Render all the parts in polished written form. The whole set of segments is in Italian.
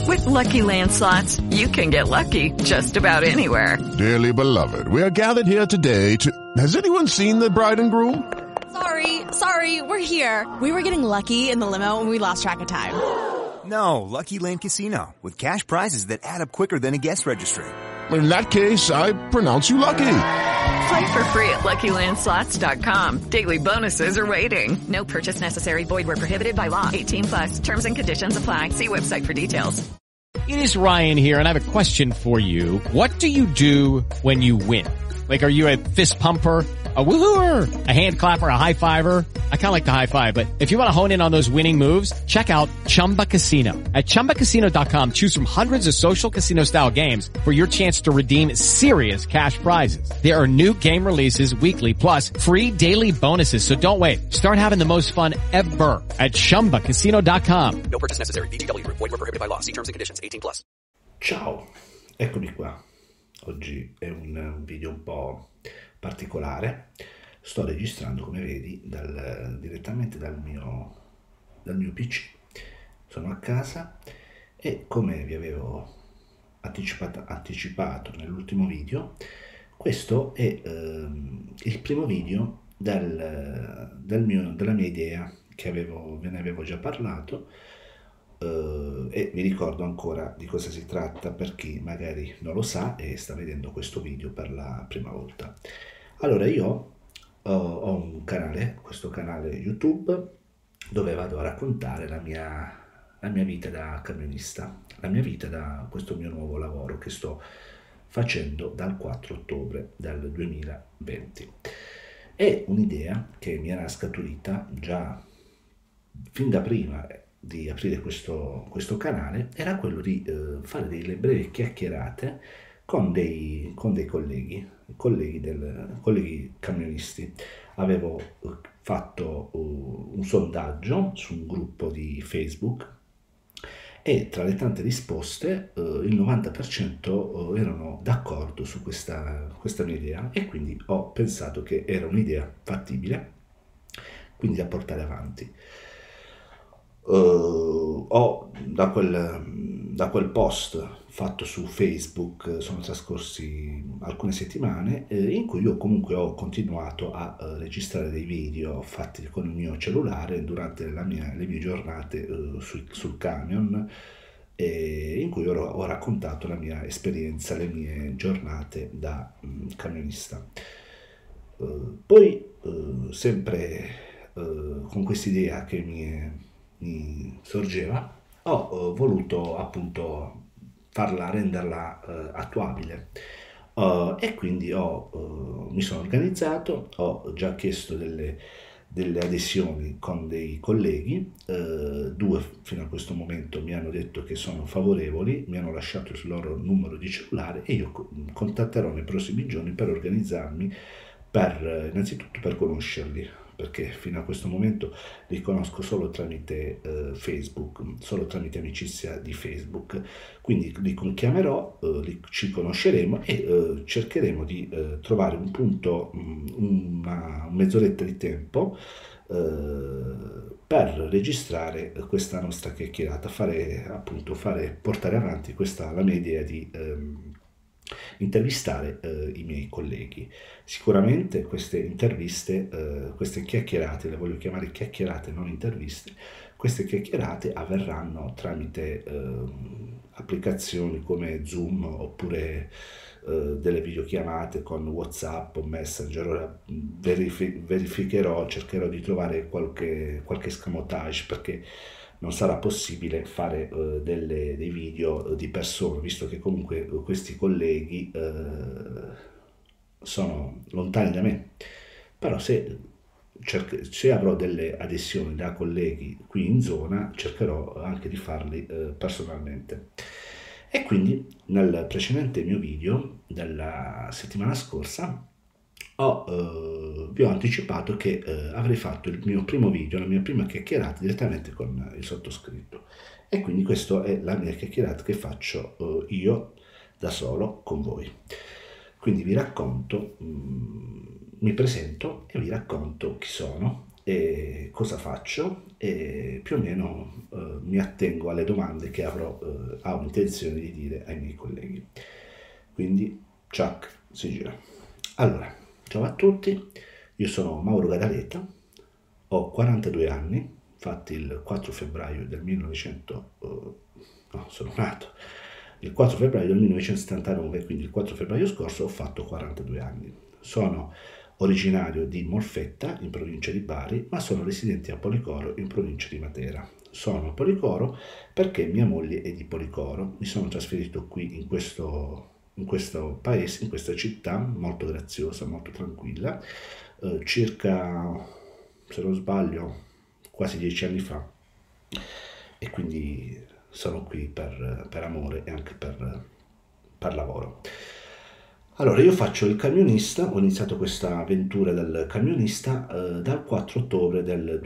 With Lucky Land Slots, you can get lucky just about anywhere. Dearly beloved, we are gathered here today to... Has anyone seen the bride and groom? Sorry, we're here. We were getting lucky in the limo and we lost track of time. No, Lucky Land Casino, with cash prizes that add up quicker than a guest registry. In that case, I pronounce you lucky. Play for free at LuckyLandSlots.com. Daily bonuses are waiting. No purchase necessary. Void where prohibited by law. 18+. Terms and conditions apply. See website for details. It is Ryan here, and I have a question for you. What do you do when you win? Like, are you a fist pumper, a woo-hooer, a hand clapper, a high fiver? I kind of like the high five, but if you want to hone in on those winning moves, check out Chumba Casino. At ChumbaCasino.com, choose from hundreds of social casino-style games for your chance to redeem serious cash prizes. There are new game releases weekly, plus free daily bonuses, so don't wait. Start having the most fun ever at ChumbaCasino.com. No purchase necessary. VGW. Void where prohibited by law. See terms and conditions. 18+. Ciao, eccomi qua. Oggi è un video un po' particolare. Sto registrando, come vedi, direttamente dal mio PC. Sono a casa e, come vi avevo anticipato nell'ultimo video, questo è il primo video della mia idea che ve ne avevo già parlato. E vi ricordo ancora di cosa si tratta per chi magari non lo sa e sta vedendo questo video per la prima volta. Allora, io ho un canale, questo canale YouTube, dove vado a raccontare la mia vita da camionista, la mia vita da questo mio nuovo lavoro che sto facendo dal 4 ottobre del 2020. È un'idea che mi era scaturita già fin da prima di aprire questo canale, era quello di fare delle brevi chiacchierate con dei colleghi camionisti. Avevo fatto un sondaggio su un gruppo di Facebook e tra le tante risposte il 90% erano d'accordo su questa mia idea, e quindi ho pensato che era un'idea fattibile, quindi da portare avanti. Da quel post fatto su Facebook sono trascorsi alcune settimane in cui io comunque ho continuato a registrare dei video fatti con il mio cellulare durante le mie giornate sul camion, in cui ho raccontato la mia esperienza, le mie giornate da camionista. Poi sempre con quest'idea che mi sorgeva, ho voluto appunto renderla attuabile, e quindi mi sono organizzato, ho già chiesto delle adesioni con dei colleghi, 2 fino a questo momento mi hanno detto che sono favorevoli, mi hanno lasciato il loro numero di cellulare e io contatterò nei prossimi giorni per organizzarmi, innanzitutto per conoscerli, perché fino a questo momento li conosco solo tramite Facebook, solo tramite amicizia di Facebook. Quindi li chiamerò, ci conosceremo e cercheremo di trovare un punto, una mezz'oretta di tempo per registrare questa nostra chiacchierata, portare avanti la mia idea di intervistare i miei colleghi. Sicuramente queste interviste, queste chiacchierate, le voglio chiamare chiacchierate, non interviste, queste chiacchierate avverranno tramite applicazioni come Zoom oppure delle videochiamate con WhatsApp o Messenger. Ora verificherò, cercherò di trovare qualche escamotage, perché non sarà possibile fare dei video di persona, visto che comunque questi colleghi sono lontani da me. Però se avrò delle adesioni da colleghi qui in zona, cercherò anche di farli personalmente. E quindi nel precedente mio video della settimana scorsa vi ho anticipato che avrei fatto il mio primo video, la mia prima chiacchierata direttamente con il sottoscritto, e quindi questa è la mia chiacchierata che faccio io da solo con voi. Quindi vi racconto, mi presento e vi racconto chi sono e cosa faccio, e più o meno mi attengo alle domande che ho intenzione di dire ai miei colleghi. Quindi, ciak, si gira. Allora, ciao a tutti, io sono Mauro Gadaleta, ho 42 anni, fatti il 4 febbraio del 1900, sono nato il 4 febbraio del 1979, quindi il 4 febbraio scorso ho fatto 42 anni. Sono originario di Molfetta, in provincia di Bari, ma sono residente a Policoro, in provincia di Matera. Sono a Policoro perché mia moglie è di Policoro. Mi sono trasferito qui in questo paese, in questa città molto graziosa, molto tranquilla, circa, se non sbaglio, quasi 10 anni fa, e quindi sono qui per amore e anche per lavoro. Allora, io faccio il camionista, ho iniziato questa avventura del camionista dal 4 ottobre del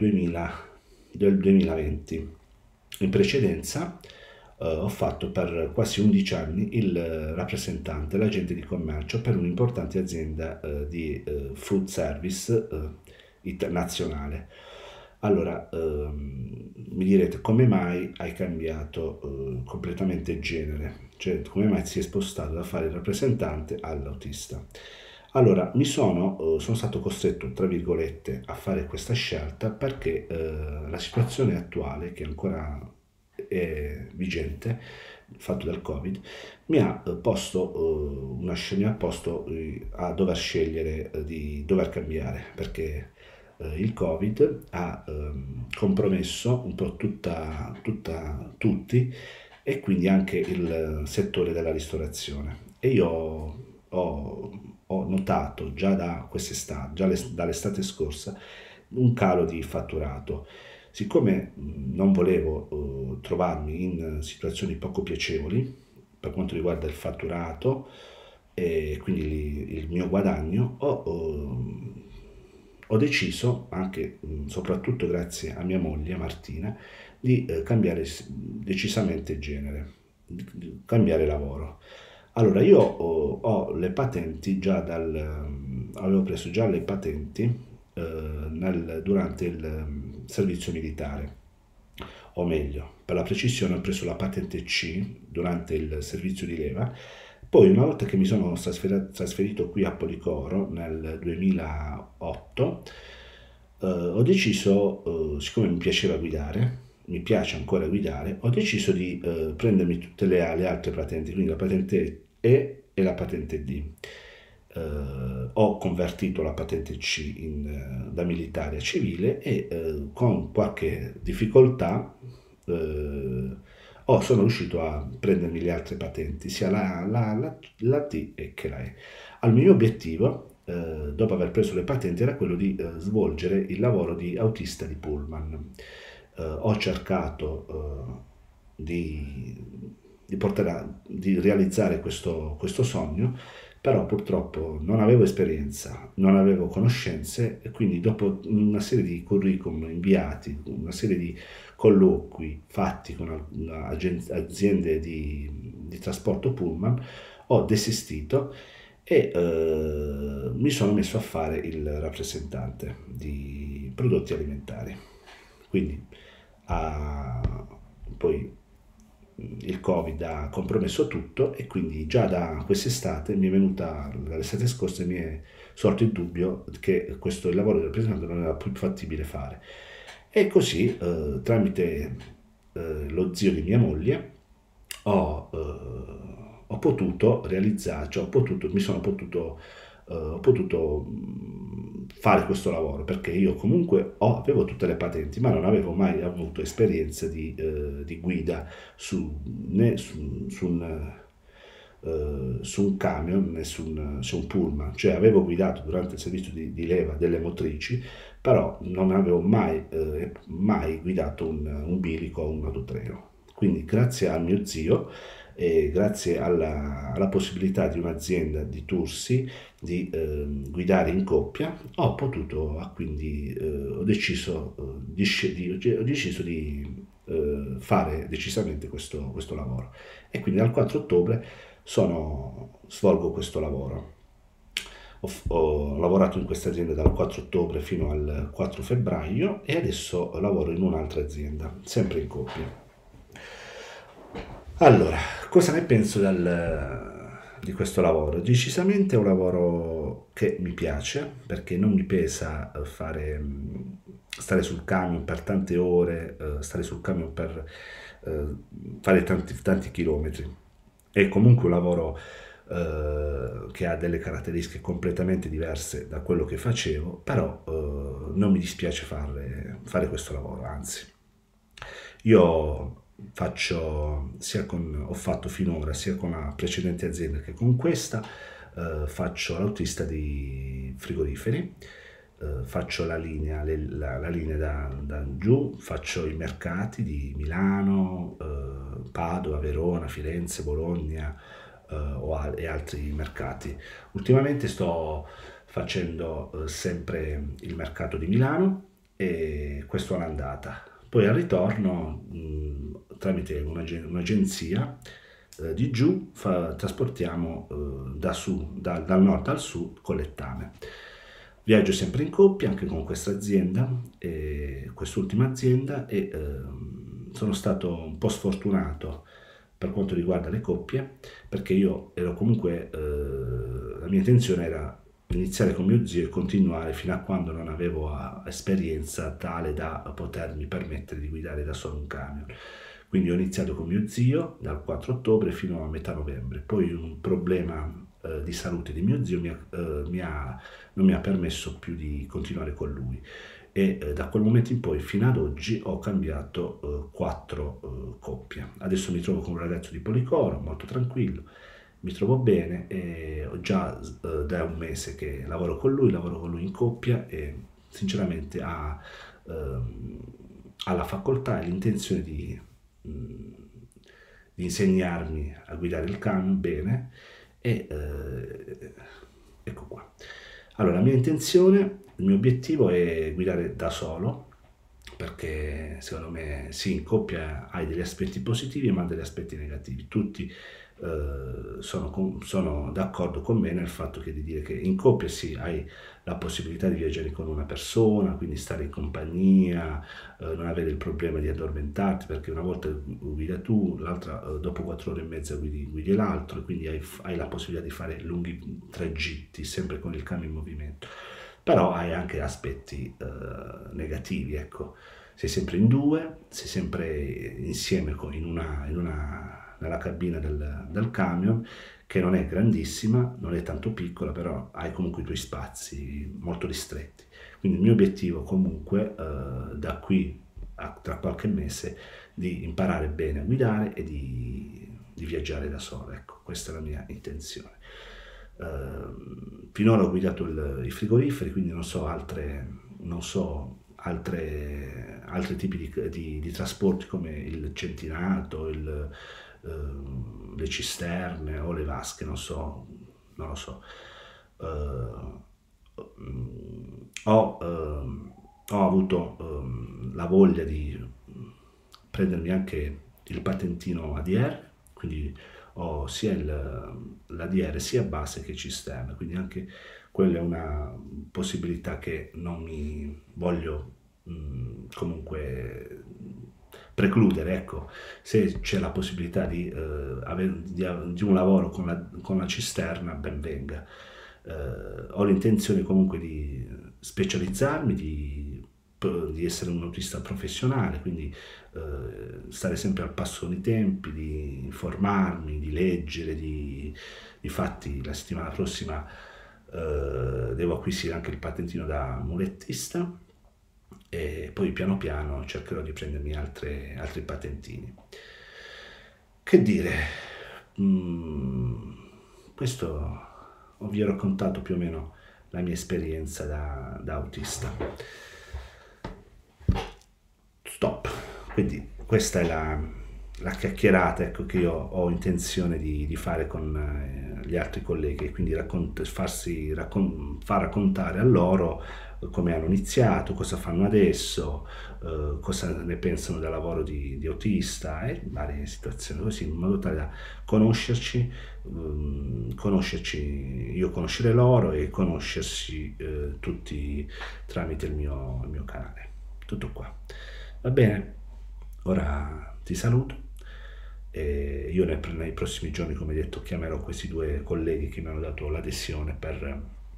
2020. In precedenza ho fatto per quasi 11 anni il rappresentante, l'agente di commercio per un'importante azienda di food service nazionale. Allora, mi direte, come mai hai cambiato completamente genere? Cioè, come mai si è spostato da fare il rappresentante all'autista? Allora, sono stato costretto, tra virgolette, a fare questa scelta perché la situazione attuale, che ancora è vigente, il fatto del Covid, mi ha posto a dover scegliere di dover cambiare, perché il Covid ha compromesso un po' tutti, e quindi anche il settore della ristorazione. E io ho notato già da quest'estate, dall'estate scorsa, un calo di fatturato. Siccome non volevo trovarmi in situazioni poco piacevoli per quanto riguarda il fatturato e quindi il mio guadagno, ho deciso, anche soprattutto grazie a mia moglie Martina, di cambiare decisamente genere, di cambiare lavoro. Allora, io ho le patenti avevo preso già le patenti durante il servizio militare, o meglio, per la precisione ho preso la patente C durante il servizio di leva. Poi, una volta che mi sono trasferito qui a Policoro nel 2008, ho deciso, siccome mi piaceva guidare, mi piace ancora guidare, ho deciso di prendermi tutte le altre patenti, quindi la patente E e la patente D. Ho convertito la patente C da militare a civile e con qualche difficoltà sono riuscito a prendermi le altre patenti, sia la D che la E. Il mio obiettivo, dopo aver preso le patenti, era quello di svolgere il lavoro di autista di pullman. Ho cercato di realizzare questo sogno, però purtroppo non avevo esperienza, non avevo conoscenze, e quindi dopo una serie di curriculum inviati, una serie di colloqui fatti con aziende di trasporto pullman, ho desistito e mi sono messo a fare il rappresentante di prodotti alimentari. Quindi poi il Covid ha compromesso tutto, e quindi già da quest'estate dall'estate scorsa mi è sorto il dubbio che il lavoro del rappresentante non era più fattibile fare. E così, tramite lo zio di mia moglie, ho potuto realizzare, cioè ho potuto fare questo lavoro, perché io comunque avevo tutte le patenti, ma non avevo mai avuto esperienza di guida su un camion né su un pullman. Cioè, avevo guidato durante il servizio di leva delle motrici, però non avevo mai guidato un bilico o un autotreno. Quindi, grazie al mio zio e grazie alla possibilità di un'azienda di Tursi di guidare in coppia, ho deciso di fare decisamente questo lavoro, e quindi dal 4 ottobre svolgo questo lavoro. Ho lavorato in questa azienda dal 4 ottobre fino al 4 febbraio e adesso lavoro in un'altra azienda, sempre in coppia. Allora, cosa ne penso di questo lavoro? Decisamente è un lavoro che mi piace, perché non mi pesa stare sul camion per tante ore, stare sul camion per fare tanti chilometri. È comunque un lavoro che ha delle caratteristiche completamente diverse da quello che facevo, però non mi dispiace fare questo lavoro, anzi. Io ho fatto finora sia con la precedente azienda che con questa, faccio l'autista di frigoriferi, faccio la linea da giù, faccio i mercati di Milano, Padova, Verona, Firenze, Bologna e altri mercati. Ultimamente sto facendo sempre il mercato di Milano e questo all'andata. Poi al ritorno, tramite un'agenzia di giù, trasportiamo dal nord al sud con lettame. Viaggio sempre in coppia anche con questa azienda, quest'ultima azienda, e sono stato un po' sfortunato per quanto riguarda le coppie, perché io ero comunque, la mia intenzione era iniziare con mio zio e continuare fino a quando non avevo esperienza tale da potermi permettere di guidare da solo un camion. Quindi ho iniziato con mio zio dal 4 ottobre fino a metà novembre, poi un problema di salute di mio zio non mi ha permesso più di continuare con lui, e da quel momento in poi fino ad oggi ho cambiato 4 coppie. Adesso mi trovo con un ragazzo di Policoro, molto tranquillo, mi trovo bene e ho già da un mese che lavoro con lui in coppia, e sinceramente ha la facoltà e l'intenzione di insegnarmi a guidare il camion bene, e ecco qua. Allora, la mia intenzione, il mio obiettivo è guidare da solo, perché secondo me sì, in coppia hai degli aspetti positivi ma degli aspetti negativi. Tutti sono d'accordo con me nel fatto di dire che in coppia sì, hai la possibilità di viaggiare con una persona, quindi stare in compagnia, non avere il problema di addormentarti, perché una volta guida tu, l'altra dopo 4 ore e mezza guidi l'altro, e quindi hai la possibilità di fare lunghi tragitti sempre con il camion in movimento. Però hai anche aspetti negativi, ecco. Sei sempre in due, sei sempre insieme nella cabina del camion, che non è grandissima, non è tanto piccola, però hai comunque i tuoi spazi molto ristretti. Quindi il mio obiettivo comunque da qui tra qualche mese di imparare bene a guidare e di viaggiare da solo, ecco, questa è la mia intenzione. Finora ho guidato i frigoriferi, quindi non so altri tipi di trasporti come il centinato, le cisterne o le vasche, non lo so. Ho avuto la voglia di prendermi anche il patentino ADR, quindi ho sia l'ADR sia base che cisterna, quindi anche quella è una possibilità che non mi voglio comunque precludere, ecco. Se c'è la possibilità di un lavoro con la cisterna, ben venga. Ho l'intenzione comunque di specializzarmi, di essere un autista professionale, quindi stare sempre al passo con i tempi, di informarmi, di leggere, difatti la settimana prossima devo acquisire anche il patentino da mulettista, e poi piano piano cercherò di prendermi altri patentini. Che dire, questo vi ho raccontato più o meno la mia esperienza da autista. Stop. Quindi questa è la chiacchierata, ecco, che io ho intenzione di fare con gli altri colleghi, quindi far raccontare a loro come hanno iniziato, cosa fanno adesso, cosa ne pensano del lavoro di autista e varie situazioni così, in modo tale da conoscerci, io conoscere loro e conoscersi tutti tramite il mio canale. Tutto qua. Va bene? Ora ti saluto. E io nei prossimi giorni, come detto, chiamerò questi due colleghi che mi hanno dato l'adesione per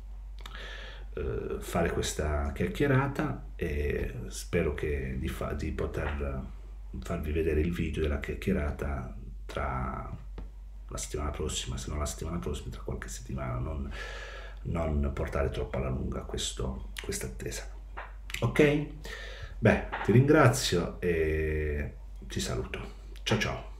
fare questa chiacchierata, e spero di poter farvi vedere il video della chiacchierata tra la settimana prossima, se non la settimana prossima, tra qualche settimana, non portare troppo alla lunga questa attesa. Ok? Beh, ti ringrazio e ti saluto. Ciao ciao.